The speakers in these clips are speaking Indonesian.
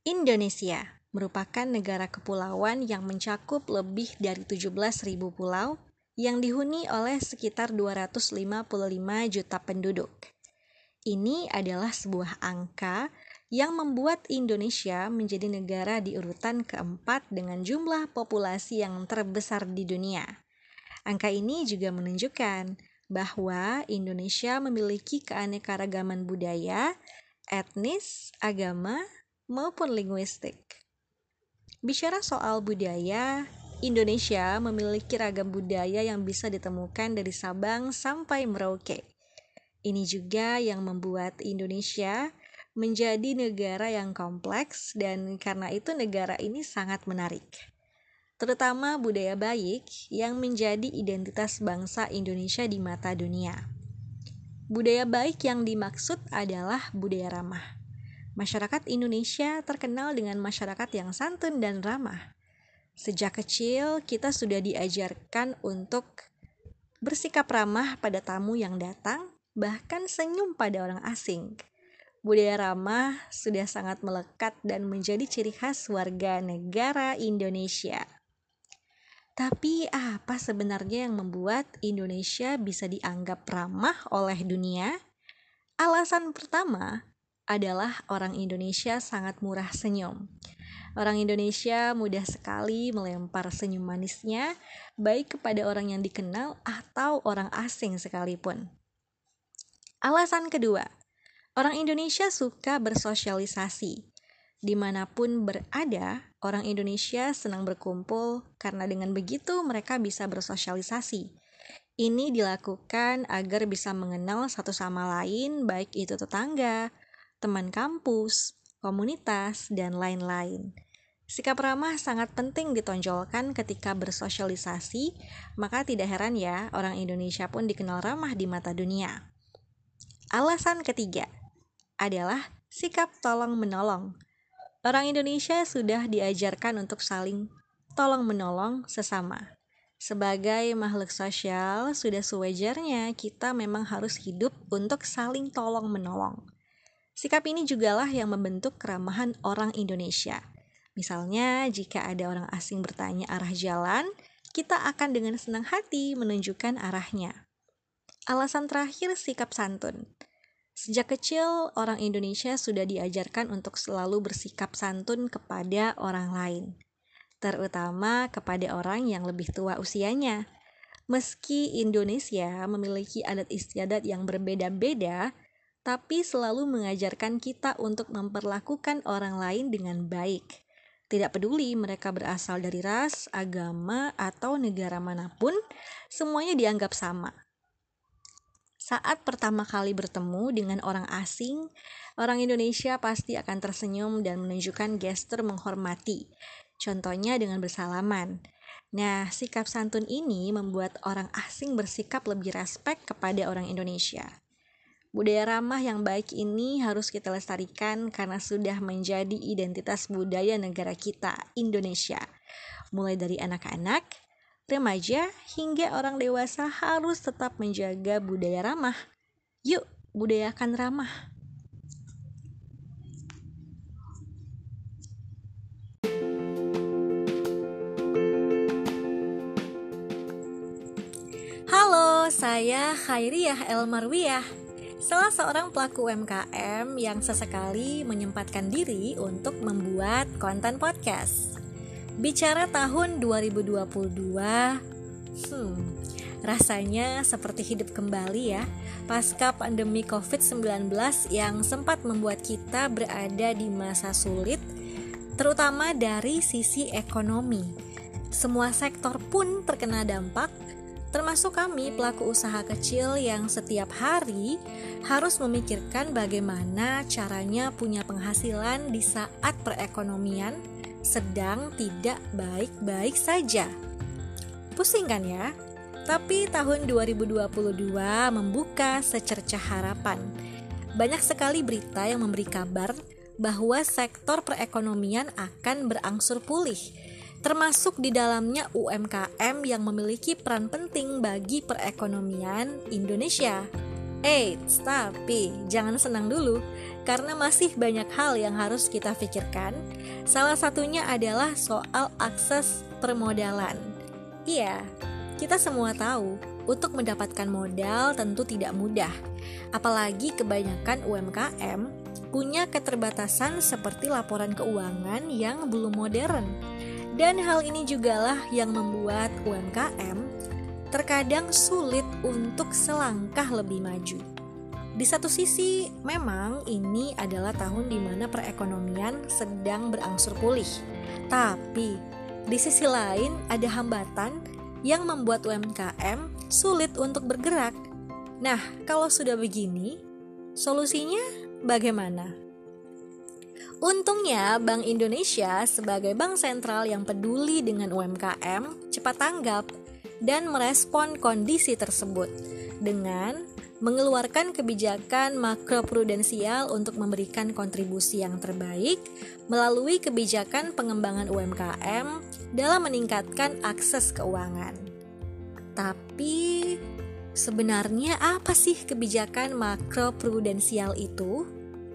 Indonesia merupakan negara kepulauan yang mencakup lebih dari 17.000 pulau yang dihuni oleh sekitar 255 juta penduduk. Ini adalah sebuah angka yang membuat Indonesia menjadi negara di urutan keempat dengan jumlah populasi yang terbesar di dunia. Angka ini juga menunjukkan bahwa Indonesia memiliki keanekaragaman budaya, etnis, agama, maupun linguistik. Bicara soal budaya, Indonesia memiliki ragam budaya yang bisa ditemukan dari Sabang sampai Merauke. Ini juga yang membuat Indonesia menjadi negara yang kompleks dan karena itu negara ini sangat menarik. Terutama budaya baik yang menjadi identitas bangsa Indonesia di mata dunia. Budaya baik yang dimaksud adalah budaya ramah. Masyarakat Indonesia terkenal dengan masyarakat yang santun dan ramah. Sejak kecil kita sudah diajarkan untuk bersikap ramah pada tamu yang datang, bahkan senyum pada orang asing. Budaya ramah sudah sangat melekat dan menjadi ciri khas warga negara Indonesia. Tapi apa sebenarnya yang membuat Indonesia bisa dianggap ramah oleh dunia? Alasan pertama adalah orang Indonesia sangat murah senyum. Orang Indonesia mudah sekali melempar senyum manisnya, baik kepada orang yang dikenal atau orang asing sekalipun. Alasan kedua, orang Indonesia suka bersosialisasi. Dimanapun berada, orang Indonesia senang berkumpul karena dengan begitu mereka bisa bersosialisasi. Ini dilakukan agar bisa mengenal satu sama lain, baik itu tetangga, teman kampus, komunitas, dan lain-lain. Sikap ramah sangat penting ditonjolkan ketika bersosialisasi, maka tidak heran ya orang Indonesia pun dikenal ramah di mata dunia. Alasan ketiga adalah sikap tolong-menolong. Orang Indonesia sudah diajarkan untuk saling tolong-menolong sesama. Sebagai makhluk sosial, sudah sewajarnya kita memang harus hidup untuk saling tolong-menolong. Sikap ini jugalah yang membentuk keramahan orang Indonesia. Misalnya, jika ada orang asing bertanya arah jalan, kita akan dengan senang hati menunjukkan arahnya. Alasan terakhir, sikap santun. Sejak kecil, orang Indonesia sudah diajarkan untuk selalu bersikap santun kepada orang lain, terutama kepada orang yang lebih tua usianya. Meski Indonesia memiliki adat istiadat yang berbeda-beda, tapi selalu mengajarkan kita untuk memperlakukan orang lain dengan baik. Tidak peduli mereka berasal dari ras, agama, atau negara manapun, semuanya dianggap sama. Saat pertama kali bertemu dengan orang asing, orang Indonesia pasti akan tersenyum dan menunjukkan gestur menghormati. Contohnya dengan bersalaman. Nah, sikap santun ini membuat orang asing bersikap lebih respek kepada orang Indonesia. Budaya ramah yang baik ini harus kita lestarikan karena sudah menjadi identitas budaya negara kita, Indonesia. Mulai dari anak-anak, remaja, hingga orang dewasa harus tetap menjaga budaya ramah. Yuk, budayakan ramah. Halo, saya Khairiyah Elmarwiyah, salah seorang pelaku UMKM yang sesekali menyempatkan diri untuk membuat konten podcast. Bicara tahun 2022, rasanya seperti hidup kembali ya, pasca pandemi COVID-19 yang sempat membuat kita berada di masa sulit, terutama dari sisi ekonomi. Semua sektor pun terkena dampak, termasuk kami pelaku usaha kecil yang setiap hari harus memikirkan bagaimana caranya punya penghasilan di saat perekonomian sedang tidak baik-baik saja. Pusing kan ya? Tapi tahun 2022 membuka secercah harapan. Banyak sekali berita yang memberi kabar bahwa sektor perekonomian akan berangsur pulih, termasuk di dalamnya UMKM yang memiliki peran penting bagi perekonomian Indonesia. Eits, tapi jangan senang dulu, karena masih banyak hal yang harus kita pikirkan. Salah satunya adalah soal akses permodalan. Iya, kita semua tahu, untuk mendapatkan modal tentu tidak mudah. Apalagi kebanyakan UMKM punya keterbatasan seperti laporan keuangan yang belum modern. Dan hal ini jugalah yang membuat UMKM terkadang sulit untuk selangkah lebih maju. Di satu sisi, memang ini adalah tahun di mana perekonomian sedang berangsur pulih. Tapi, di sisi lain ada hambatan yang membuat UMKM sulit untuk bergerak. Nah, kalau sudah begini, solusinya bagaimana? Untungnya, Bank Indonesia sebagai bank sentral yang peduli dengan UMKM cepat tanggap dan merespon kondisi tersebut dengan mengeluarkan kebijakan makroprudensial untuk memberikan kontribusi yang terbaik melalui kebijakan pengembangan UMKM dalam meningkatkan akses keuangan. Tapi sebenarnya apa sih kebijakan makroprudensial itu?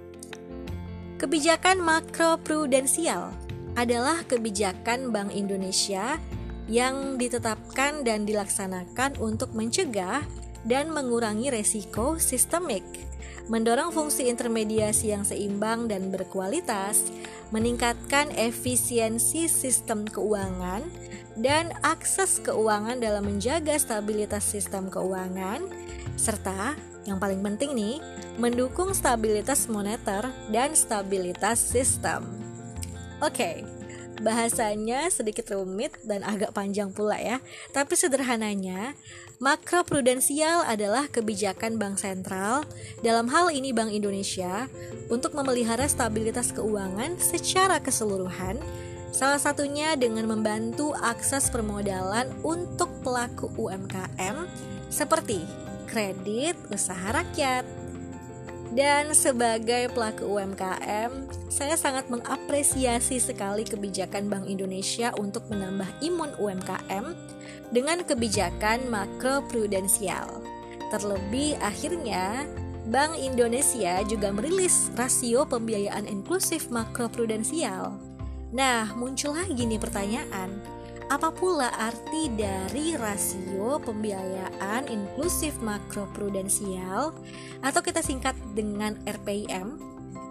Kebijakan makroprudensial adalah kebijakan Bank Indonesia yang ditetapkan dan dilaksanakan untuk mencegah dan mengurangi resiko sistemik, mendorong fungsi intermediasi yang seimbang dan berkualitas, meningkatkan efisiensi sistem keuangan, dan akses keuangan dalam menjaga stabilitas sistem keuangan, serta yang paling penting nih, mendukung stabilitas moneter dan stabilitas sistem. Oke. Bahasanya sedikit rumit dan agak panjang pula ya. Tapi sederhananya, makroprudensial adalah kebijakan bank sentral, dalam hal ini Bank Indonesia, untuk memelihara stabilitas keuangan secara keseluruhan, salah satunya dengan membantu akses permodalan untuk pelaku UMKM seperti kredit usaha rakyat. Dan sebagai pelaku UMKM, saya sangat mengapresiasi sekali kebijakan Bank Indonesia untuk menambah imun UMKM dengan kebijakan makroprudensial. Terlebih akhirnya, Bank Indonesia juga merilis rasio pembiayaan inklusif makroprudensial. Nah, muncul lagi nih pertanyaan, apa pula arti dari rasio pembiayaan inklusif makroprudensial atau kita singkat dengan RPIM?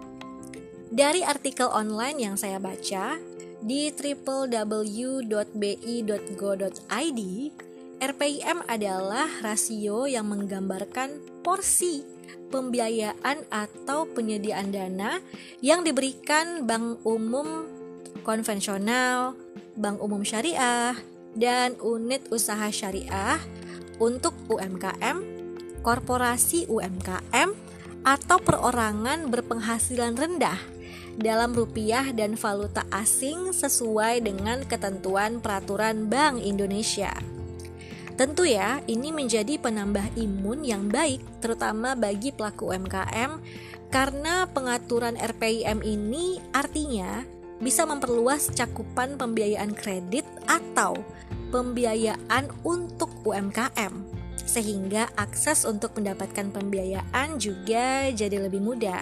Dari artikel online yang saya baca di www.bi.go.id, RPIM adalah rasio yang menggambarkan porsi pembiayaan atau penyediaan dana yang diberikan bank umum konvensional, bank umum syariah, dan unit usaha syariah untuk UMKM, korporasi UMKM, atau perorangan berpenghasilan rendah dalam rupiah dan valuta asing sesuai dengan ketentuan peraturan Bank Indonesia. Tentu ya, ini menjadi penambah imun yang baik terutama bagi pelaku UMKM karena pengaturan RPIM ini artinya bisa memperluas cakupan pembiayaan kredit atau pembiayaan untuk UMKM, sehingga akses untuk mendapatkan pembiayaan juga jadi lebih mudah.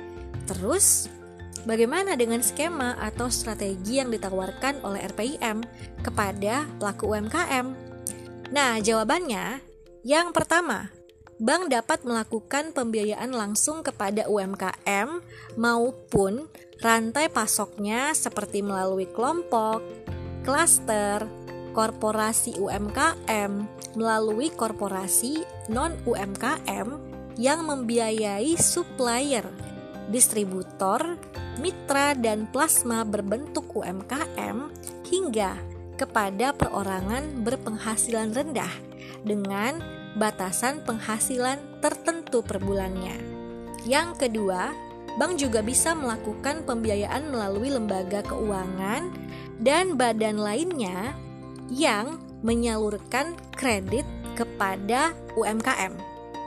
Terus, bagaimana dengan skema atau strategi yang ditawarkan oleh RPIM kepada pelaku UMKM? Nah, jawabannya, yang pertama, bank dapat melakukan pembiayaan langsung kepada UMKM maupun rantai pasoknya seperti melalui kelompok, klaster, korporasi UMKM, melalui korporasi non-UMKM yang membiayai supplier, distributor, mitra, dan plasma berbentuk UMKM hingga kepada perorangan berpenghasilan rendah dengan batasan penghasilan tertentu per bulannya. Yang kedua, bank juga bisa melakukan pembiayaan melalui lembaga keuangan dan badan lainnya yang menyalurkan kredit kepada UMKM.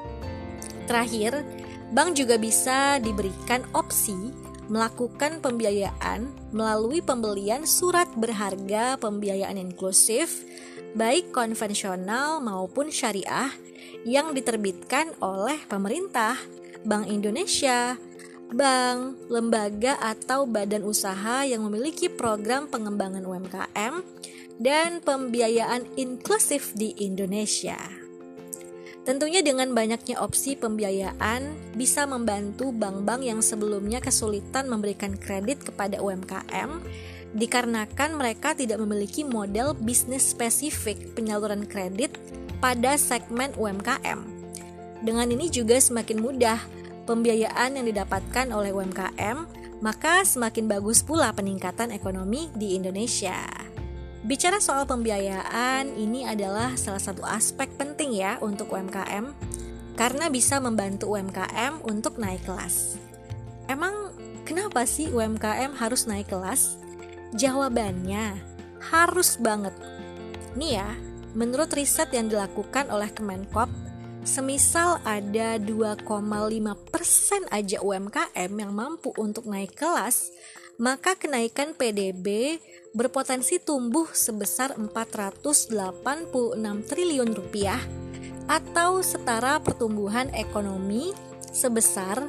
Terakhir, bank juga bisa diberikan opsi melakukan pembiayaan melalui pembelian surat berharga pembiayaan inklusif baik konvensional maupun syariah yang diterbitkan oleh pemerintah, Bank Indonesia, bank, lembaga atau badan usaha yang memiliki program pengembangan UMKM dan pembiayaan inklusif di Indonesia. Tentunya dengan banyaknya opsi pembiayaan bisa membantu bank-bank yang sebelumnya kesulitan memberikan kredit kepada UMKM dikarenakan mereka tidak memiliki model bisnis spesifik penyaluran kredit pada segmen UMKM. Dengan ini juga semakin mudah pembiayaan yang didapatkan oleh UMKM, maka semakin bagus pula peningkatan ekonomi di Indonesia. Bicara soal pembiayaan, ini adalah salah satu aspek penting ya untuk UMKM, karena bisa membantu UMKM untuk naik kelas. Emang kenapa sih UMKM harus naik kelas? Jawabannya, harus banget. Nih ya, menurut riset yang dilakukan oleh Kemenkop, semisal ada 2,5% aja UMKM yang mampu untuk naik kelas, maka kenaikan PDB berpotensi tumbuh sebesar 486 triliun rupiah atau setara pertumbuhan ekonomi sebesar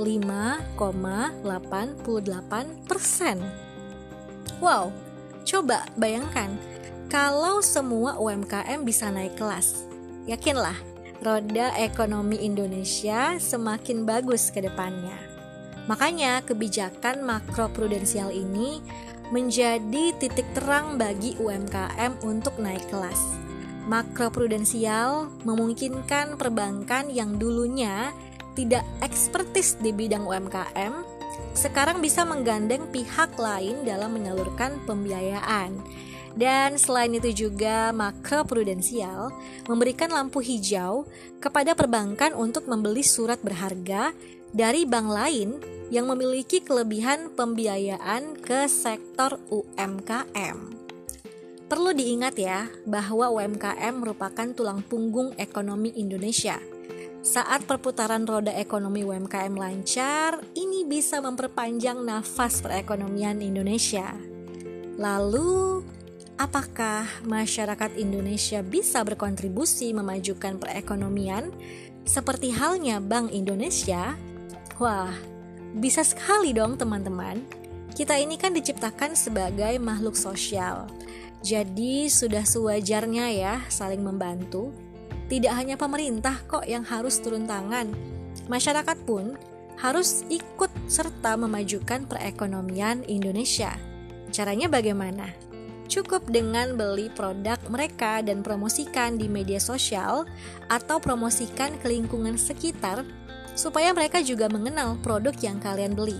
5,88%. Wow, coba bayangkan kalau semua UMKM bisa naik kelas. Yakinlah, roda ekonomi Indonesia semakin bagus ke depannya. Makanya kebijakan makroprudensial ini menjadi titik terang bagi UMKM untuk naik kelas. Makroprudensial memungkinkan perbankan yang dulunya tidak ekspertis di bidang UMKM, sekarang bisa menggandeng pihak lain dalam menyalurkan pembiayaan. Dan selain itu juga makroprudensial memberikan lampu hijau kepada perbankan untuk membeli surat berharga dari bank lain yang memiliki kelebihan pembiayaan ke sektor UMKM. Perlu diingat ya bahwa UMKM merupakan tulang punggung ekonomi Indonesia. Saat perputaran roda ekonomi UMKM lancar, ini bisa memperpanjang nafas perekonomian Indonesia. Lalu, apakah masyarakat Indonesia bisa berkontribusi memajukan perekonomian seperti halnya Bank Indonesia? Wah, bisa sekali dong teman-teman. Kita ini kan diciptakan sebagai makhluk sosial. Jadi sudah sewajarnya ya saling membantu. Tidak hanya pemerintah kok yang harus turun tangan. Masyarakat pun harus ikut serta memajukan perekonomian Indonesia. Caranya bagaimana? Cukup dengan beli produk mereka dan promosikan di media sosial atau promosikan ke lingkungan sekitar supaya mereka juga mengenal produk yang kalian beli.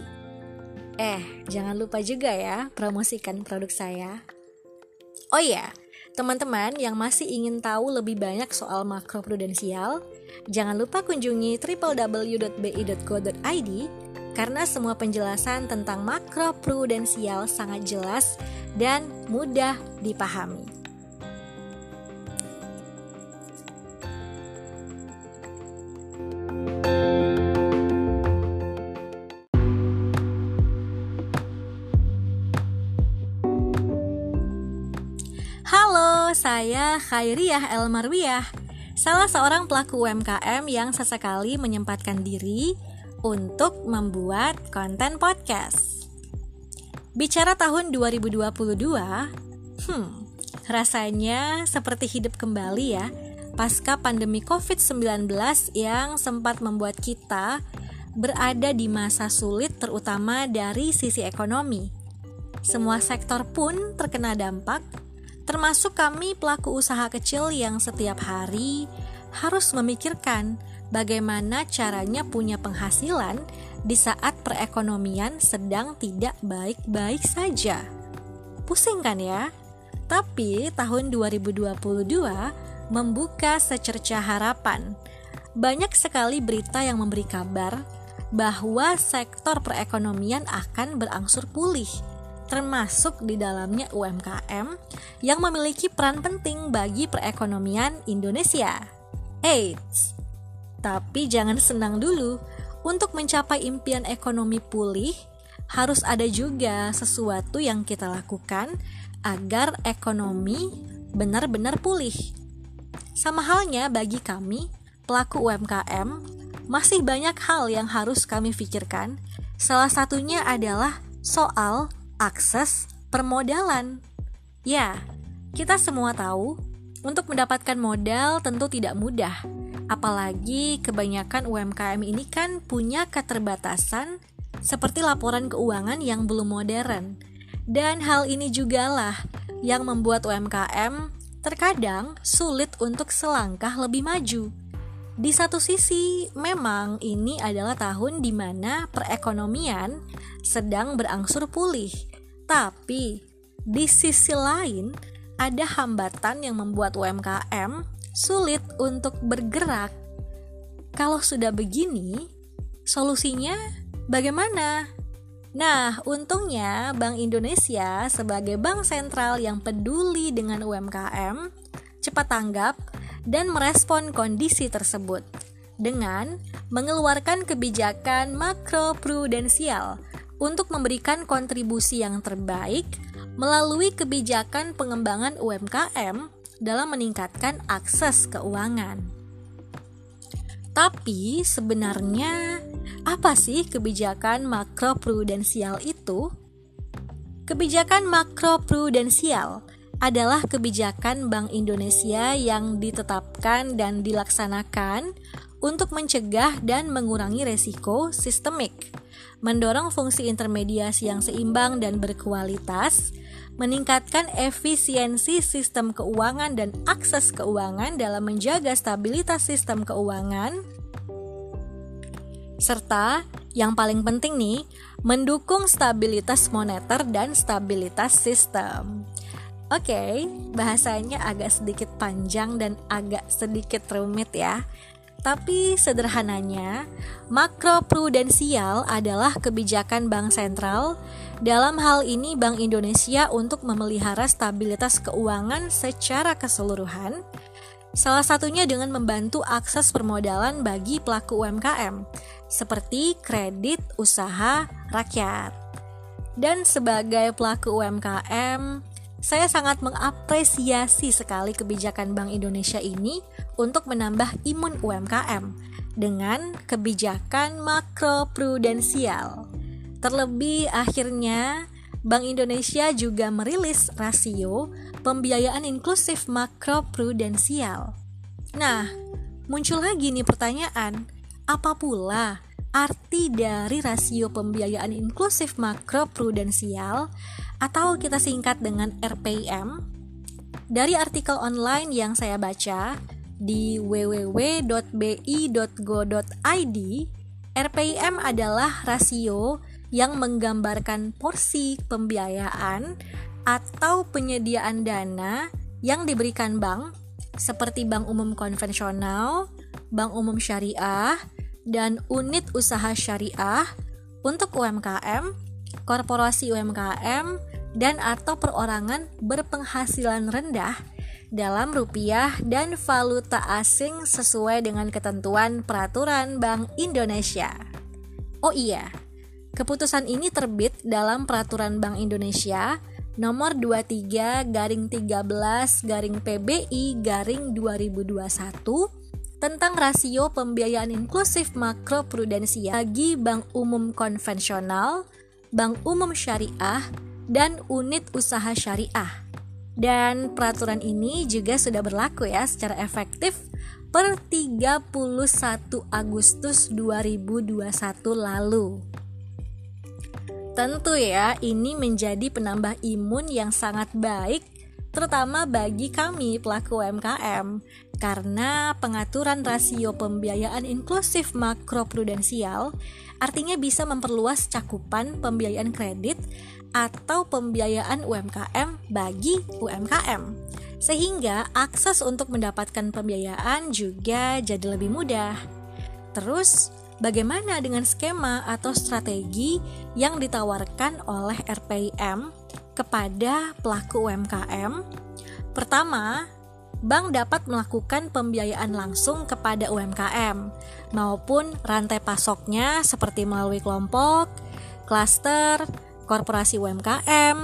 Jangan lupa juga ya promosikan produk saya. Oh iya, teman-teman yang masih ingin tahu lebih banyak soal makroprudensial, jangan lupa kunjungi www.bi.go.id karena semua penjelasan tentang makroprudensial sangat jelas dan mudah dipahami. Halo, saya Khairiyah Elmarwiyah, salah seorang pelaku UMKM yang sesekali menyempatkan diri untuk membuat konten podcast. Bicara tahun 2022, rasanya seperti hidup kembali ya, pasca pandemi COVID-19 yang sempat membuat kita berada di masa sulit terutama dari sisi ekonomi. Semua sektor pun terkena dampak, termasuk kami pelaku usaha kecil yang setiap hari harus memikirkan bagaimana caranya punya penghasilan di saat perekonomian sedang tidak baik-baik saja. Pusing kan ya? Tapi tahun 2022 membuka secerca harapan. Banyak sekali berita yang memberi kabar bahwa sektor perekonomian akan berangsur pulih, termasuk di dalamnya UMKM yang memiliki peran penting bagi perekonomian Indonesia. Eits, tapi jangan senang dulu. Untuk mencapai impian ekonomi pulih, harus ada juga sesuatu yang kita lakukan agar ekonomi benar-benar pulih. Sama halnya bagi kami, pelaku UMKM, masih banyak hal yang harus kami pikirkan. Salah satunya adalah soal akses permodalan. Ya, kita semua tahu, untuk mendapatkan modal tentu tidak mudah. Apalagi kebanyakan UMKM ini kan punya keterbatasan seperti laporan keuangan yang belum modern. Dan hal ini jugalah yang membuat UMKM terkadang sulit untuk selangkah lebih maju. Di satu sisi, memang ini adalah tahun di mana perekonomian sedang berangsur pulih. Tapi, di sisi lain, ada hambatan yang membuat UMKM sulit untuk bergerak. Kalau sudah begini, solusinya bagaimana? Nah, untungnya Bank Indonesia sebagai bank sentral yang peduli dengan UMKM cepat tanggap dan merespon kondisi tersebut dengan mengeluarkan kebijakan makroprudensial untuk memberikan kontribusi yang terbaik melalui kebijakan pengembangan UMKM dalam meningkatkan akses keuangan. Tapi sebenarnya apa sih kebijakan makroprudensial itu? Kebijakan makroprudensial adalah kebijakan Bank Indonesia yang ditetapkan dan dilaksanakan untuk mencegah dan mengurangi resiko sistemik, mendorong fungsi intermediasi yang seimbang dan berkualitas, meningkatkan efisiensi sistem keuangan dan akses keuangan dalam menjaga stabilitas sistem keuangan, serta yang paling penting nih, mendukung stabilitas moneter dan stabilitas sistem. Oke, bahasanya agak sedikit panjang dan agak sedikit rumit ya. Tapi sederhananya, makroprudensial adalah kebijakan bank sentral, dalam hal ini Bank Indonesia untuk memelihara stabilitas keuangan secara keseluruhan, salah satunya dengan membantu akses permodalan bagi pelaku UMKM, seperti kredit usaha rakyat. Dan sebagai pelaku UMKM, saya sangat mengapresiasi sekali kebijakan Bank Indonesia ini untuk menambah imun UMKM dengan kebijakan makroprudensial. Terlebih akhirnya, Bank Indonesia juga merilis rasio pembiayaan inklusif makroprudensial. Nah, muncul lagi nih pertanyaan, apa pula arti dari rasio pembiayaan inklusif makroprudensial atau kita singkat dengan RPIM? Dari artikel online yang saya baca di www.bi.go.id, RPIM adalah rasio yang menggambarkan porsi pembiayaan atau penyediaan dana yang diberikan bank seperti bank umum konvensional, bank umum syariah, dan unit usaha syariah untuk UMKM, korporasi UMKM, dan atau perorangan berpenghasilan rendah dalam rupiah dan valuta asing sesuai dengan ketentuan peraturan Bank Indonesia. Oh iya, keputusan ini terbit dalam peraturan Bank Indonesia nomor 23/13/PBI/2021 tentang rasio pembiayaan inklusif makroprudensial bagi bank umum konvensional, bank umum syariah, dan unit usaha syariah. Dan peraturan ini juga sudah berlaku ya secara efektif per 31 Agustus 2021 lalu. Tentu ya, ini menjadi penambah imun yang sangat baik terutama bagi kami pelaku UMKM karena pengaturan rasio pembiayaan inklusif makroprudensial artinya bisa memperluas cakupan pembiayaan kredit atau pembiayaan UMKM bagi UMKM sehingga akses untuk mendapatkan pembiayaan juga jadi lebih mudah. Terus bagaimana dengan skema atau strategi yang ditawarkan oleh RPIM kepada pelaku UMKM? Pertama, bank dapat melakukan pembiayaan langsung kepada UMKM maupun rantai pasoknya seperti melalui kelompok, klaster, korporasi UMKM,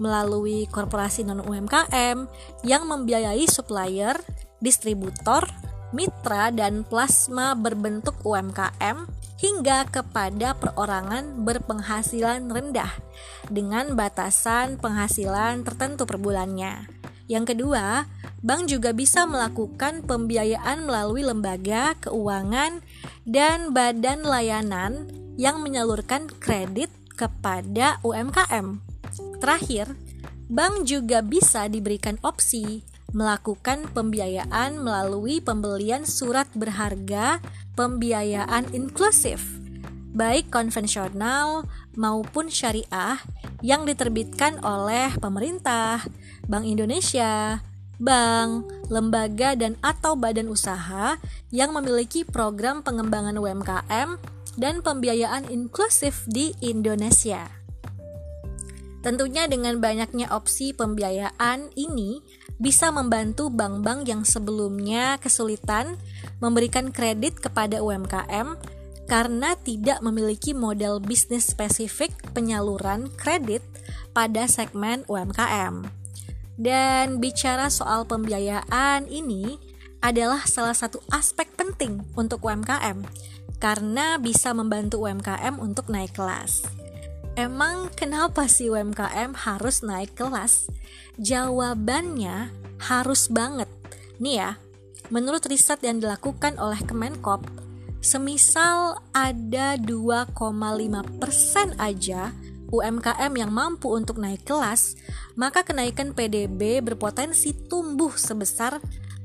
melalui korporasi non-UMKM yang membiayai supplier, distributor, mitra, dan plasma berbentuk UMKM hingga kepada perorangan berpenghasilan rendah dengan batasan penghasilan tertentu per bulannya. Yang kedua, bank juga bisa melakukan pembiayaan melalui lembaga keuangan dan badan layanan yang menyalurkan kredit kepada UMKM. Terakhir, bank juga bisa diberikan opsi melakukan pembiayaan melalui pembelian surat berharga pembiayaan inklusif, baik konvensional maupun syariah yang diterbitkan oleh pemerintah, Bank Indonesia, bank, lembaga dan atau badan usaha yang memiliki program pengembangan UMKM dan pembiayaan inklusif di Indonesia. Tentunya dengan banyaknya opsi pembiayaan ini bisa membantu bank-bank yang sebelumnya kesulitan memberikan kredit kepada UMKM karena tidak memiliki model bisnis spesifik penyaluran kredit pada segmen UMKM. Dan bicara soal pembiayaan ini adalah salah satu aspek penting untuk UMKM karena bisa membantu UMKM untuk naik kelas. Emang kenapa sih UMKM harus naik kelas? Jawabannya harus banget. Nih ya, menurut riset yang dilakukan oleh Kemenkop, semisal ada 2,5% aja UMKM yang mampu untuk naik kelas, maka kenaikan PDB berpotensi tumbuh sebesar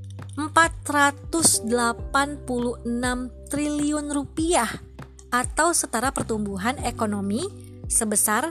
486 triliun rupiah atau setara pertumbuhan ekonomi sebesar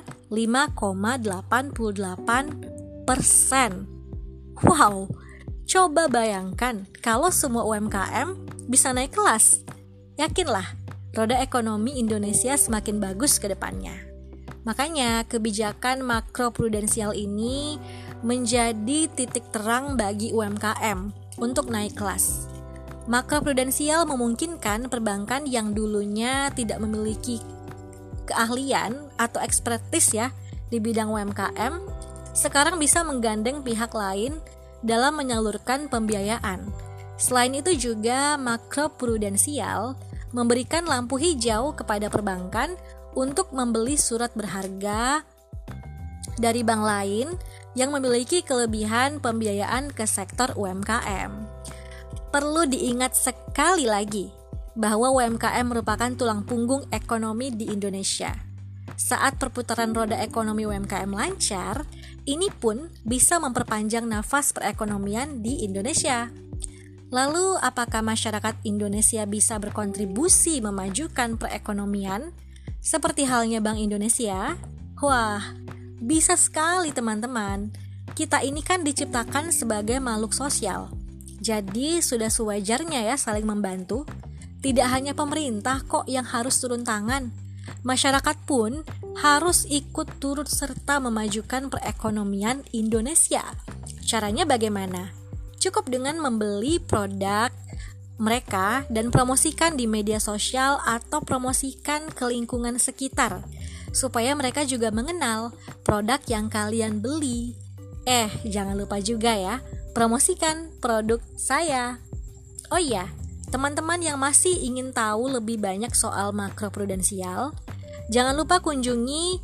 5,88%. Wow, coba bayangkan kalau semua UMKM bisa naik kelas. Yakinlah, roda ekonomi Indonesia semakin bagus ke depannya. Makanya kebijakan makroprudensial ini menjadi titik terang bagi UMKM untuk naik kelas. Makroprudensial memungkinkan perbankan yang dulunya tidak memiliki keahlian atau ekspertis ya di bidang UMKM sekarang bisa menggandeng pihak lain dalam menyalurkan pembiayaan. Selain itu juga makroprudensial memberikan lampu hijau kepada perbankan untuk membeli surat berharga dari bank lain yang memiliki kelebihan pembiayaan ke sektor UMKM. Perlu diingat sekali lagi bahwa UMKM merupakan tulang punggung ekonomi di Indonesia. Saat perputaran roda ekonomi UMKM lancar, ini pun bisa memperpanjang nafas perekonomian di Indonesia. Lalu, apakah masyarakat Indonesia bisa berkontribusi memajukan perekonomian seperti halnya Bank Indonesia? Wah, bisa sekali teman-teman. Kita ini kan diciptakan sebagai makhluk sosial. Jadi, sudah sewajarnya ya saling membantu. Tidak hanya pemerintah kok yang harus turun tangan. Masyarakat pun harus ikut turut serta memajukan perekonomian Indonesia. Caranya bagaimana? Cukup dengan membeli produk mereka dan promosikan di media sosial atau promosikan ke lingkungan sekitar supaya mereka juga mengenal produk yang kalian beli. Jangan lupa juga ya, promosikan produk saya. Oh iya, teman-teman yang masih ingin tahu lebih banyak soal makroprudensial, jangan lupa kunjungi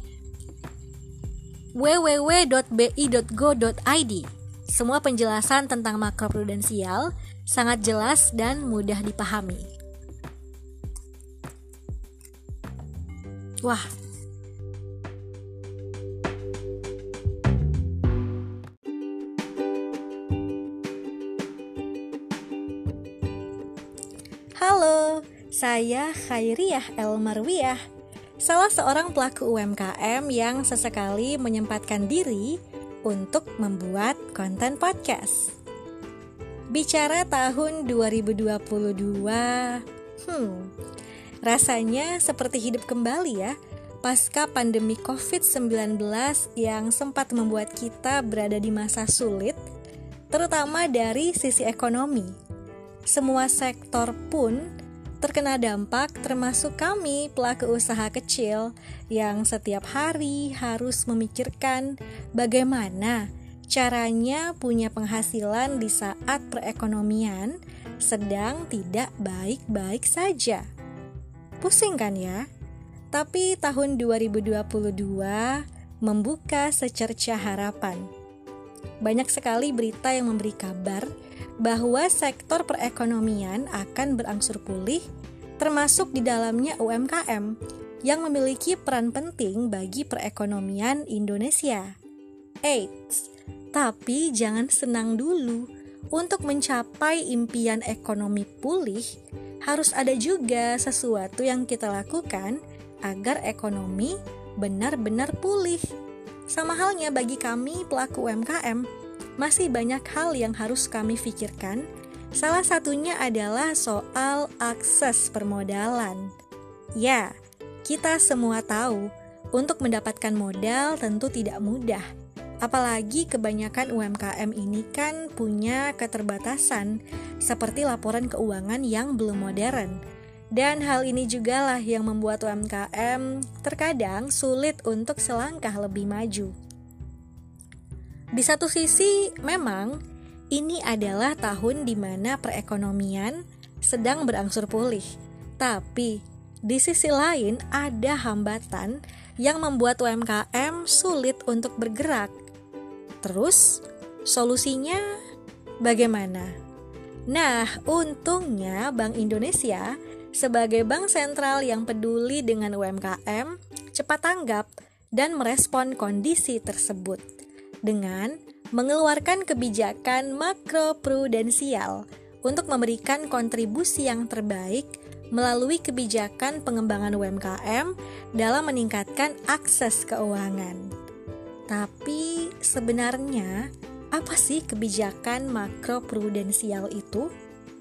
www.bi.go.id. Semua penjelasan tentang makroprudensial sangat jelas dan mudah dipahami. Wah, halo, saya Khairiyah Elmarwiyah, salah seorang pelaku UMKM yang sesekali menyempatkan diri untuk membuat konten podcast. Bicara tahun 2022, rasanya seperti hidup kembali ya, pasca pandemi COVID-19 yang sempat membuat kita berada di masa sulit, terutama dari sisi ekonomi. Semua sektor pun terkena dampak termasuk kami pelaku usaha kecil yang setiap hari harus memikirkan bagaimana caranya punya penghasilan di saat perekonomian sedang tidak baik-baik saja. Pusing kan ya? Tapi tahun 2022 membuka secerca harapan. Banyak sekali berita yang memberi kabar bahwa sektor perekonomian akan berangsur pulih, termasuk di dalamnya UMKM yang memiliki peran penting bagi perekonomian Indonesia. Eits, tapi jangan senang dulu. Untuk mencapai impian ekonomi pulih, harus ada juga sesuatu yang kita lakukan agar ekonomi benar-benar pulih. Sama halnya bagi kami pelaku UMKM, masih banyak hal yang harus kami pikirkan. Salah satunya adalah soal akses permodalan. Ya, kita semua tahu, untuk mendapatkan modal tentu tidak mudah. Apalagi kebanyakan UMKM ini kan punya keterbatasan, seperti laporan keuangan yang belum modern. Dan hal ini juga lah yang membuat UMKM terkadang sulit untuk selangkah lebih maju. Di satu sisi, memang ini adalah tahun di mana perekonomian sedang berangsur pulih. Tapi, di sisi lain ada hambatan yang membuat UMKM sulit untuk bergerak. Terus, solusinya bagaimana? Nah, untungnya Bank Indonesia sebagai bank sentral yang peduli dengan UMKM cepat tanggap dan merespon kondisi tersebut dengan mengeluarkan kebijakan makroprudensial untuk memberikan kontribusi yang terbaik melalui kebijakan pengembangan UMKM dalam meningkatkan akses keuangan. Tapi sebenarnya apa sih kebijakan makroprudensial itu?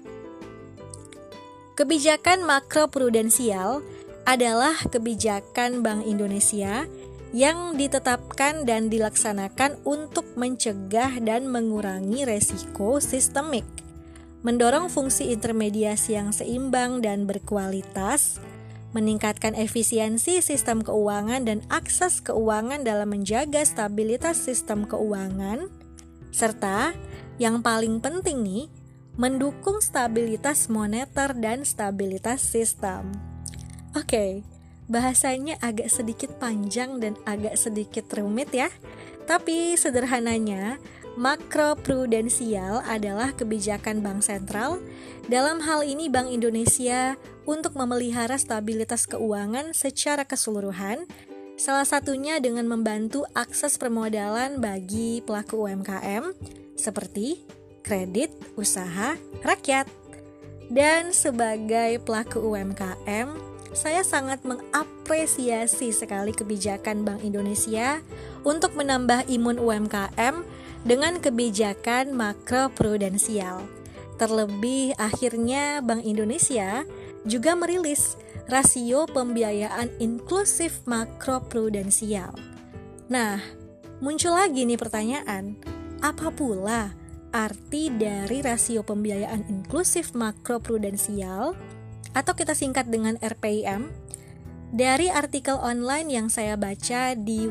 Kebijakan makroprudensial adalah kebijakan Bank Indonesia yang ditetapkan dan dilaksanakan untuk mencegah dan mengurangi resiko sistemik, mendorong fungsi intermediasi yang seimbang dan berkualitas, meningkatkan efisiensi sistem keuangan dan akses keuangan dalam menjaga stabilitas sistem keuangan, serta yang paling penting nih, mendukung stabilitas moneter dan stabilitas sistem. Oke, bahasanya agak sedikit panjang dan agak sedikit rumit ya. Tapi sederhananya, makroprudensial adalah kebijakan bank sentral, dalam hal ini Bank Indonesia, untuk memelihara stabilitas keuangan secara keseluruhan, salah satunya dengan membantu akses permodalan bagi pelaku UMKM seperti kredit usaha rakyat. Dan sebagai pelaku UMKM, saya sangat mengapresiasi sekali kebijakan Bank Indonesia untuk menambah imun UMKM dengan kebijakan makroprudensial. Terlebih akhirnya Bank Indonesia juga merilis rasio pembiayaan inklusif makroprudensial. Nah, muncul lagi nih pertanyaan, apa pula arti dari rasio pembiayaan inklusif makroprudensial atau kita singkat dengan RPIM? Dari artikel online yang saya baca di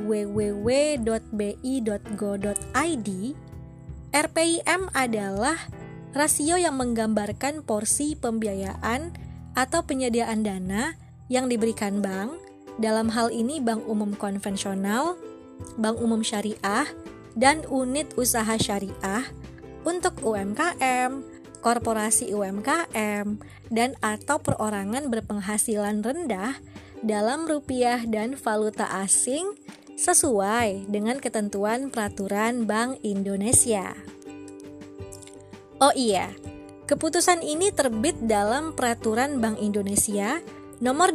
www.bi.go.id, RPIM adalah rasio yang menggambarkan porsi pembiayaan atau penyediaan dana yang diberikan bank, dalam hal ini bank umum konvensional, bank umum syariah, dan unit usaha syariah untuk UMKM, korporasi UMKM, dan atau perorangan berpenghasilan rendah dalam rupiah dan valuta asing sesuai dengan ketentuan peraturan Bank Indonesia. Oh iya, keputusan ini terbit dalam Peraturan Bank Indonesia Nomor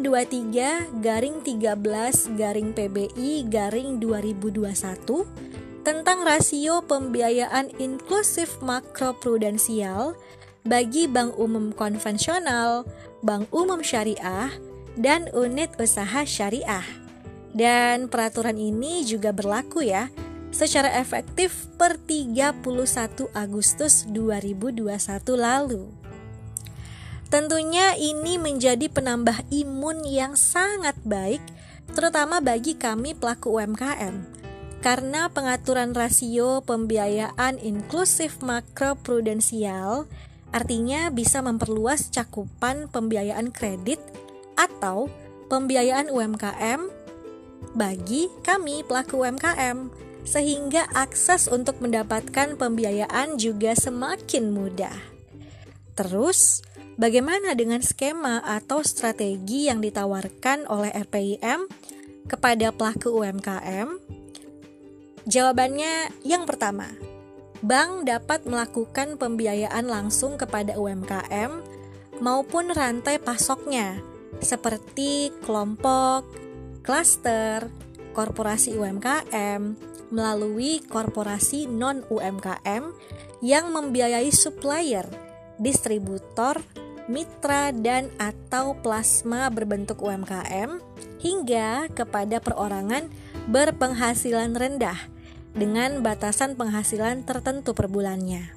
23/13/PBI/2021 tentang rasio pembiayaan inklusif makroprudensial bagi bank umum konvensional, bank umum syariah, dan unit usaha syariah. Dan peraturan ini juga berlaku ya secara efektif per 31 Agustus 2021 lalu. Tentunya ini menjadi penambah imun yang sangat baik, terutama bagi kami pelaku UMKM. Karena pengaturan rasio pembiayaan inklusif makroprudensial artinya bisa memperluas cakupan pembiayaan kredit atau pembiayaan UMKM bagi kami pelaku UMKM, sehingga akses untuk mendapatkan pembiayaan juga semakin mudah. Terus, bagaimana dengan skema atau strategi yang ditawarkan oleh RPIM kepada pelaku UMKM? Jawabannya yang pertama, bank dapat melakukan pembiayaan langsung kepada UMKM maupun rantai pasoknya seperti kelompok, klaster, korporasi UMKM melalui korporasi non-UMKM yang membiayai supplier, distributor, mitra dan atau plasma berbentuk UMKM hingga kepada perorangan berpenghasilan rendah dengan batasan penghasilan tertentu per bulannya.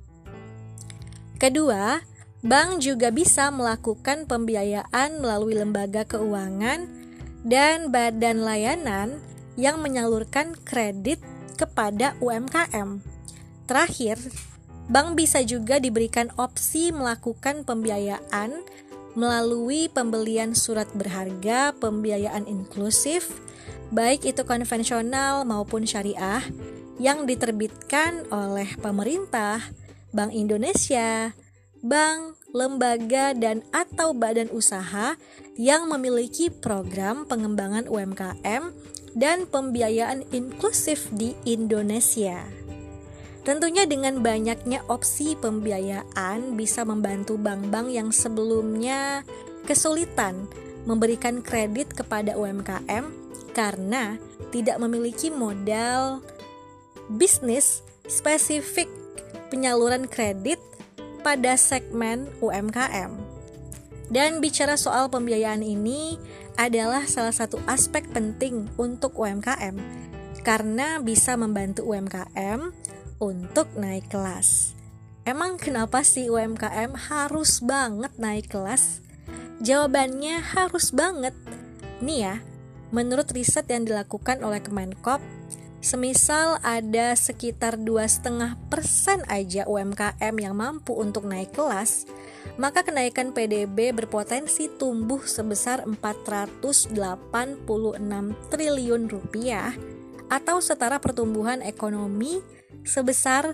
Kedua, bank juga bisa melakukan pembiayaan melalui lembaga keuangan dan badan layanan yang menyalurkan kredit kepada UMKM. Terakhir, bank bisa juga diberikan opsi melakukan pembiayaan melalui pembelian surat berharga pembiayaan inklusif, baik itu konvensional maupun syariah, yang diterbitkan oleh pemerintah, Bank Indonesia, bank, lembaga, dan atau badan usaha yang memiliki program pengembangan UMKM dan pembiayaan inklusif di Indonesia. Tentunya dengan banyaknya opsi pembiayaan bisa membantu bank-bank yang sebelumnya kesulitan memberikan kredit kepada UMKM karena tidak memiliki modal bisnis spesifik penyaluran kredit pada segmen UMKM. Dan bicara soal pembiayaan ini adalah salah satu aspek penting untuk UMKM karena bisa membantu UMKM untuk naik kelas. Emang kenapa sih UMKM harus banget naik kelas? Jawabannya harus banget. Nih ya, menurut riset yang dilakukan oleh Kemenkop, semisal ada sekitar 2,5% aja UMKM yang mampu untuk naik kelas, maka kenaikan PDB berpotensi tumbuh sebesar 486 triliun rupiah atau setara pertumbuhan ekonomi sebesar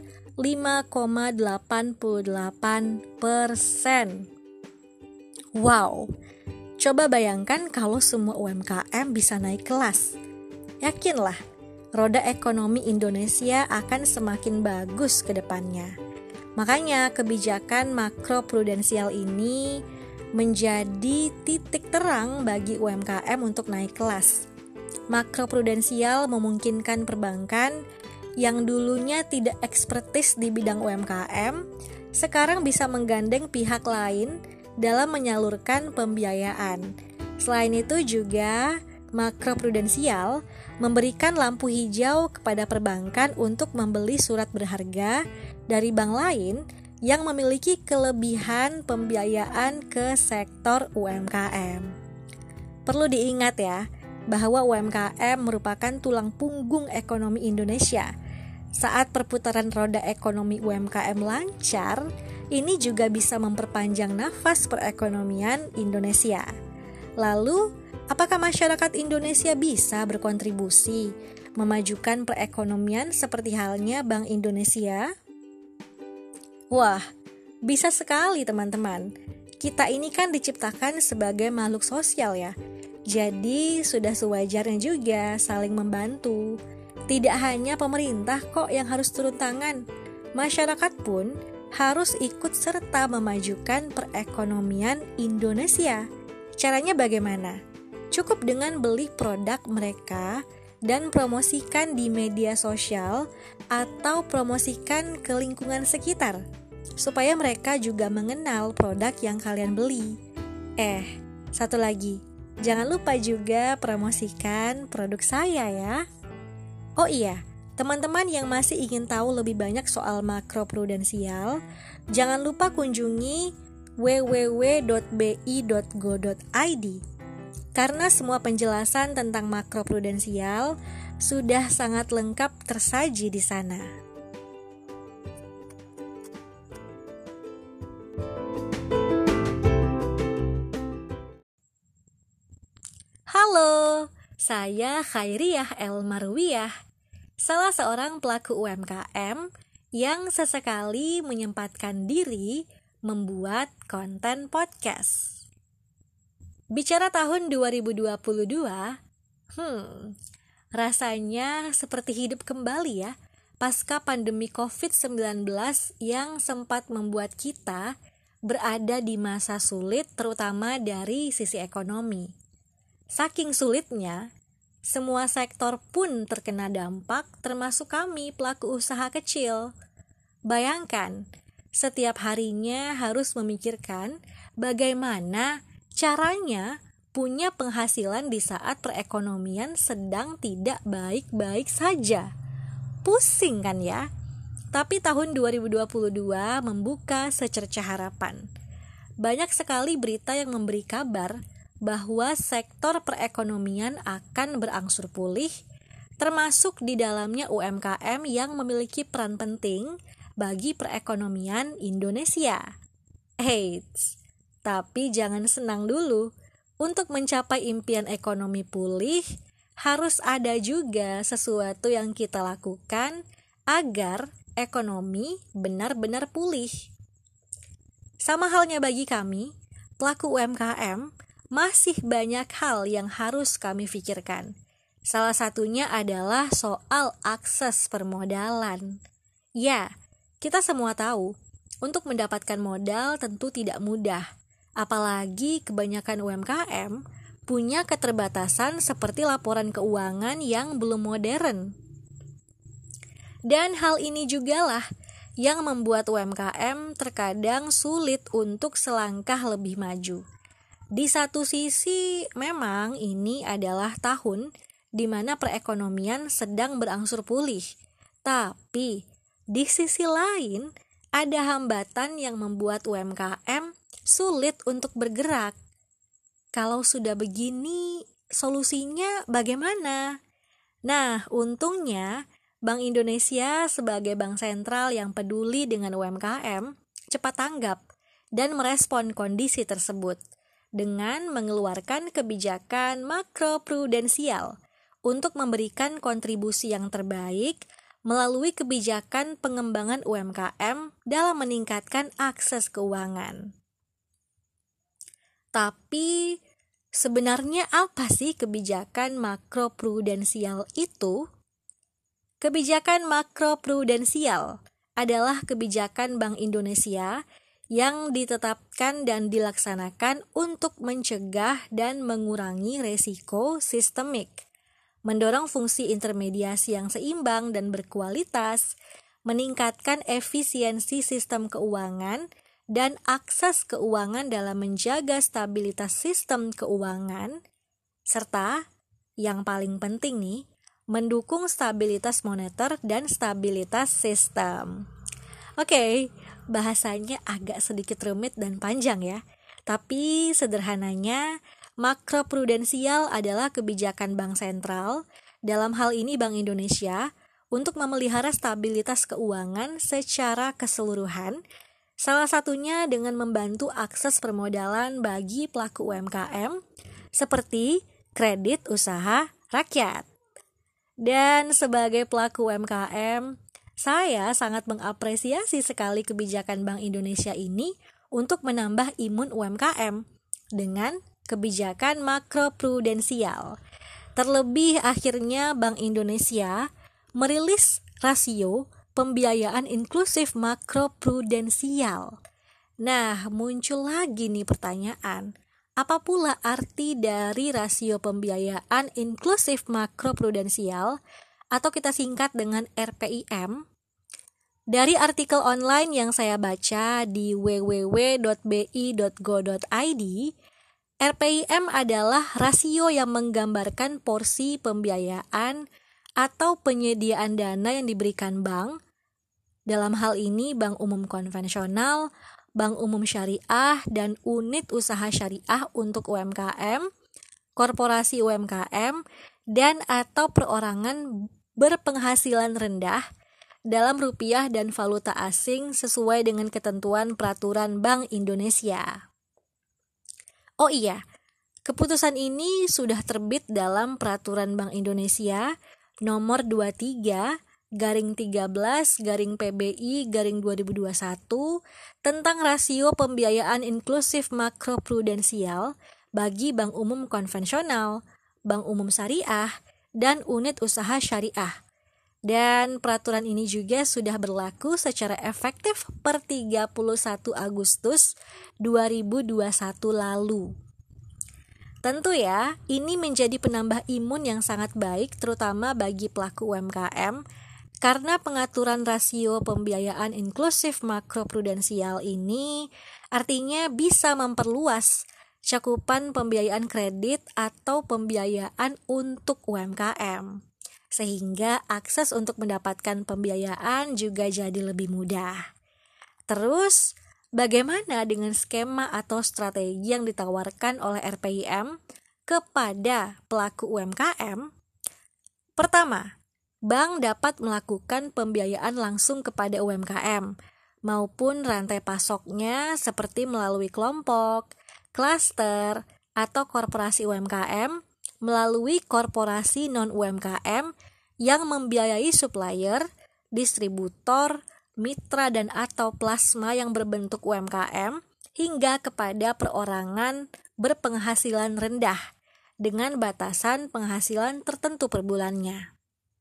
5,88%. Wow, coba bayangkan kalau semua UMKM bisa naik kelas. Yakinlah, roda ekonomi Indonesia akan semakin bagus ke depannya. Makanya kebijakan makroprudensial ini menjadi titik terang bagi UMKM untuk naik kelas. Makroprudensial memungkinkan perbankan yang dulunya tidak ekspertis di bidang UMKM, sekarang bisa menggandeng pihak lain dalam menyalurkan pembiayaan. Selain itu juga makroprudensial memberikan lampu hijau kepada perbankan untuk membeli surat berharga dari bank lain yang memiliki kelebihan pembiayaan ke sektor UMKM. Perlu diingat ya, bahwa UMKM merupakan tulang punggung ekonomi Indonesia. Saat perputaran roda ekonomi UMKM lancar, ini juga bisa memperpanjang nafas perekonomian Indonesia. Lalu, apakah masyarakat Indonesia bisa berkontribusi memajukan perekonomian seperti halnya Bank Indonesia? Wah, bisa sekali teman-teman. Kita ini kan diciptakan sebagai makhluk sosial ya. Jadi sudah sewajarnya juga saling membantu. Tidak hanya pemerintah kok yang harus turun tangan. Masyarakat pun harus ikut serta memajukan perekonomian Indonesia. Caranya bagaimana? Cukup dengan beli produk mereka dan promosikan di media sosial atau promosikan ke lingkungan sekitar, supaya mereka juga mengenal produk yang kalian beli. Satu lagi, jangan lupa juga promosikan produk saya ya. Oh iya, teman-teman yang masih ingin tahu lebih banyak soal makroprudensial, jangan lupa kunjungi www.bi.go.id karena semua penjelasan tentang makroprudensial sudah sangat lengkap tersaji di sana. Halo, saya Khairiyah El Marwiyah, salah seorang pelaku UMKM yang sesekali menyempatkan diri membuat konten podcast. Bicara tahun 2022, rasanya seperti hidup kembali ya, pasca pandemi COVID-19 yang sempat membuat kita berada di masa sulit terutama dari sisi ekonomi. Saking sulitnya, semua sektor pun terkena dampak termasuk kami pelaku usaha kecil. Bayangkan, setiap harinya harus memikirkan bagaimana caranya punya penghasilan di saat perekonomian sedang tidak baik-baik saja. Pusing kan ya? Tapi tahun 2022 membuka secercah harapan. Banyak sekali berita yang memberi kabar bahwa sektor perekonomian akan berangsur pulih, termasuk di dalamnya UMKM yang memiliki peran penting bagi perekonomian Indonesia. Eits, tapi jangan senang dulu. Untuk mencapai impian ekonomi pulih, harus ada juga sesuatu yang kita lakukan agar ekonomi benar-benar pulih. Sama halnya bagi kami, pelaku UMKM, masih banyak hal yang harus kami pikirkan. Salah satunya adalah soal akses permodalan. Ya, kita semua tahu, untuk mendapatkan modal tentu tidak mudah. Apalagi kebanyakan UMKM punya keterbatasan seperti laporan keuangan yang belum modern. Dan hal ini jugalah yang membuat UMKM terkadang sulit untuk selangkah lebih maju. Di satu sisi memang ini adalah tahun di mana perekonomian sedang berangsur pulih. Tapi di sisi lain ada hambatan yang membuat UMKM sulit untuk bergerak. Kalau sudah begini, solusinya bagaimana? Nah, untungnya Bank Indonesia sebagai bank sentral yang peduli dengan UMKM cepat tanggap dan merespon kondisi tersebut dengan mengeluarkan kebijakan makroprudensial untuk memberikan kontribusi yang terbaik melalui kebijakan pengembangan UMKM dalam meningkatkan akses keuangan. Tapi sebenarnya apa sih kebijakan makroprudensial itu? Kebijakan makroprudensial adalah kebijakan Bank Indonesia yang ditetapkan dan dilaksanakan untuk mencegah dan mengurangi resiko sistemik, mendorong fungsi intermediasi yang seimbang dan berkualitas, meningkatkan efisiensi sistem keuangan, dan akses keuangan dalam menjaga stabilitas sistem keuangan, serta yang paling penting nih, mendukung stabilitas moneter dan stabilitas sistem. Oke, bahasanya agak sedikit rumit dan panjang ya, tapi sederhananya makroprudensial adalah kebijakan bank sentral, dalam hal ini Bank Indonesia, untuk memelihara stabilitas keuangan secara keseluruhan. Salah satunya dengan membantu akses permodalan bagi pelaku UMKM seperti kredit usaha rakyat. Dan sebagai pelaku UMKM, saya sangat mengapresiasi sekali kebijakan Bank Indonesia ini untuk menambah imun UMKM dengan kebijakan makroprudensial. Terlebih akhirnya Bank Indonesia merilis rasio pembiayaan inklusif makroprudensial. Nah, muncul lagi nih pertanyaan, apa pula arti dari rasio pembiayaan inklusif makroprudensial atau kita singkat dengan RPIM? Dari artikel online yang saya baca di www.bi.go.id, RPIM adalah rasio yang menggambarkan porsi pembiayaan atau penyediaan dana yang diberikan bank, dalam hal ini bank umum konvensional, bank umum syariah dan unit usaha syariah untuk UMKM, korporasi UMKM, dan atau perorangan berpenghasilan rendah dalam rupiah dan valuta asing sesuai dengan ketentuan peraturan Bank Indonesia. Oh iya, keputusan ini sudah terbit dalam peraturan Bank Indonesia nomor 23/13/PBI/2021 tentang rasio pembiayaan inklusif makroprudensial bagi bank umum konvensional, bank umum syariah, dan unit usaha syariah. Dan peraturan ini juga sudah berlaku secara efektif per 31 Agustus 2021 lalu. Tentu ya, ini menjadi penambah imun yang sangat baik terutama bagi pelaku UMKM karena pengaturan rasio pembiayaan inklusif makroprudensial ini artinya bisa memperluas cakupan pembiayaan kredit atau pembiayaan untuk UMKM. Sehingga akses untuk mendapatkan pembiayaan juga jadi lebih mudah. Terus, bagaimana dengan skema atau strategi yang ditawarkan oleh RPIM kepada pelaku UMKM? Pertama, bank dapat melakukan pembiayaan langsung kepada UMKM maupun rantai pasoknya seperti melalui kelompok, klaster, atau korporasi UMKM melalui korporasi non-UMKM yang membiayai supplier, distributor, mitra dan atau plasma yang berbentuk UMKM hingga kepada perorangan berpenghasilan rendah dengan batasan penghasilan tertentu per bulannya.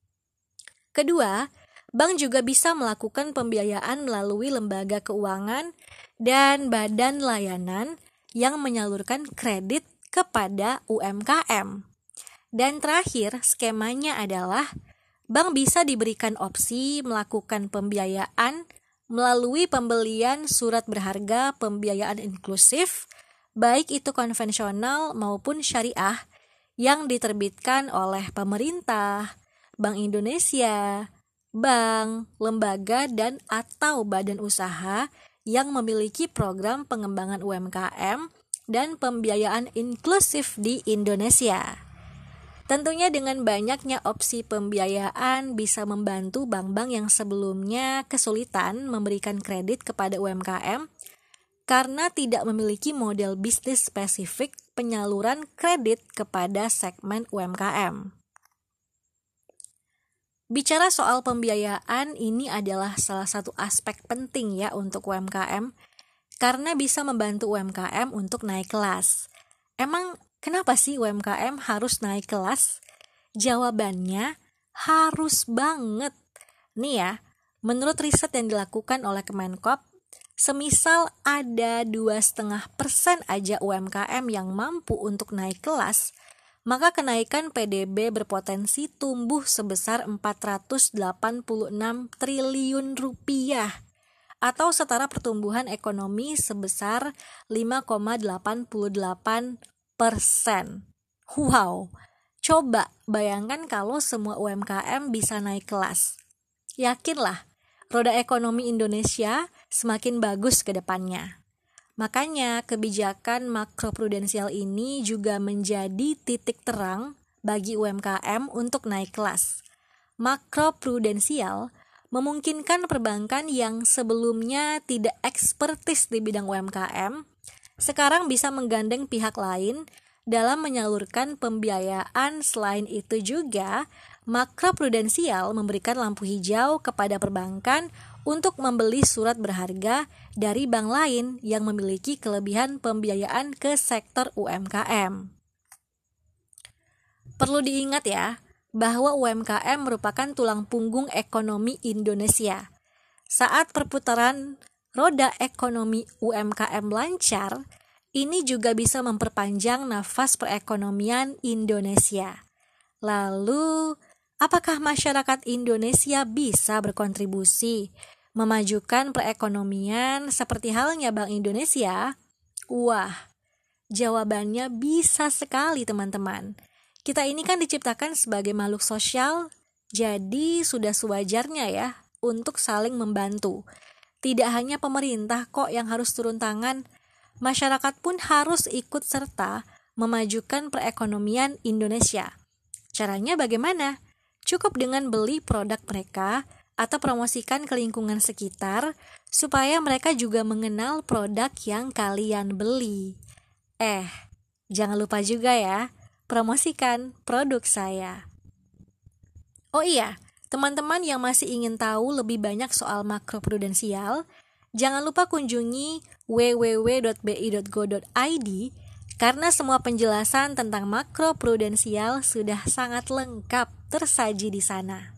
Kedua, bank juga bisa melakukan pembiayaan melalui lembaga keuangan dan badan layanan yang menyalurkan kredit kepada UMKM. Dan terakhir, skemanya adalah bank bisa diberikan opsi melakukan pembiayaan melalui pembelian surat berharga pembiayaan inklusif, baik itu konvensional maupun syariah, yang diterbitkan oleh pemerintah, Bank Indonesia, bank, lembaga, dan atau badan usaha yang memiliki program pengembangan UMKM dan pembiayaan inklusif di Indonesia. Tentunya dengan banyaknya opsi pembiayaan bisa membantu bank-bank yang sebelumnya kesulitan memberikan kredit kepada UMKM karena tidak memiliki model bisnis spesifik penyaluran kredit kepada segmen UMKM. Bicara soal pembiayaan, ini adalah salah satu aspek penting ya untuk UMKM karena bisa membantu UMKM untuk naik kelas. Emang kenapa sih UMKM harus naik kelas? Jawabannya harus banget. Nih ya, menurut riset yang dilakukan oleh Kemenkop, semisal ada 2,5% aja UMKM yang mampu untuk naik kelas, maka kenaikan PDB berpotensi tumbuh sebesar 486 triliun rupiah atau setara pertumbuhan ekonomi sebesar 5,88%. Wow, coba bayangkan kalau semua UMKM bisa naik kelas. Yakinlah, roda ekonomi Indonesia semakin bagus ke depannya. Makanya kebijakan makroprudensial ini juga menjadi titik terang bagi UMKM untuk naik kelas. Makroprudensial memungkinkan perbankan yang sebelumnya tidak ekspertis di bidang UMKM sekarang bisa menggandeng pihak lain dalam menyalurkan pembiayaan. Selain itu juga, makroprudensial memberikan lampu hijau kepada perbankan untuk membeli surat berharga dari bank lain yang memiliki kelebihan pembiayaan ke sektor UMKM. Perlu diingat ya, bahwa UMKM merupakan tulang punggung ekonomi Indonesia. Saat perputaran roda ekonomi UMKM lancar, ini juga bisa memperpanjang nafas perekonomian Indonesia. Lalu, apakah masyarakat Indonesia bisa berkontribusi memajukan perekonomian seperti halnya Bank Indonesia? Wah, jawabannya bisa sekali teman-teman. Kita ini kan diciptakan sebagai makhluk sosial, jadi sudah sewajarnya ya untuk saling membantu. Tidak hanya pemerintah kok yang harus turun tangan, masyarakat pun harus ikut serta memajukan perekonomian Indonesia. Caranya bagaimana? Cukup dengan beli produk mereka atau promosikan ke lingkungan sekitar supaya mereka juga mengenal produk yang kalian beli. Jangan lupa juga ya, promosikan produk saya. Oh iya, teman-teman yang masih ingin tahu lebih banyak soal makroprudensial, jangan lupa kunjungi www.bi.go.id karena semua penjelasan tentang makroprudensial sudah sangat lengkap tersaji di sana.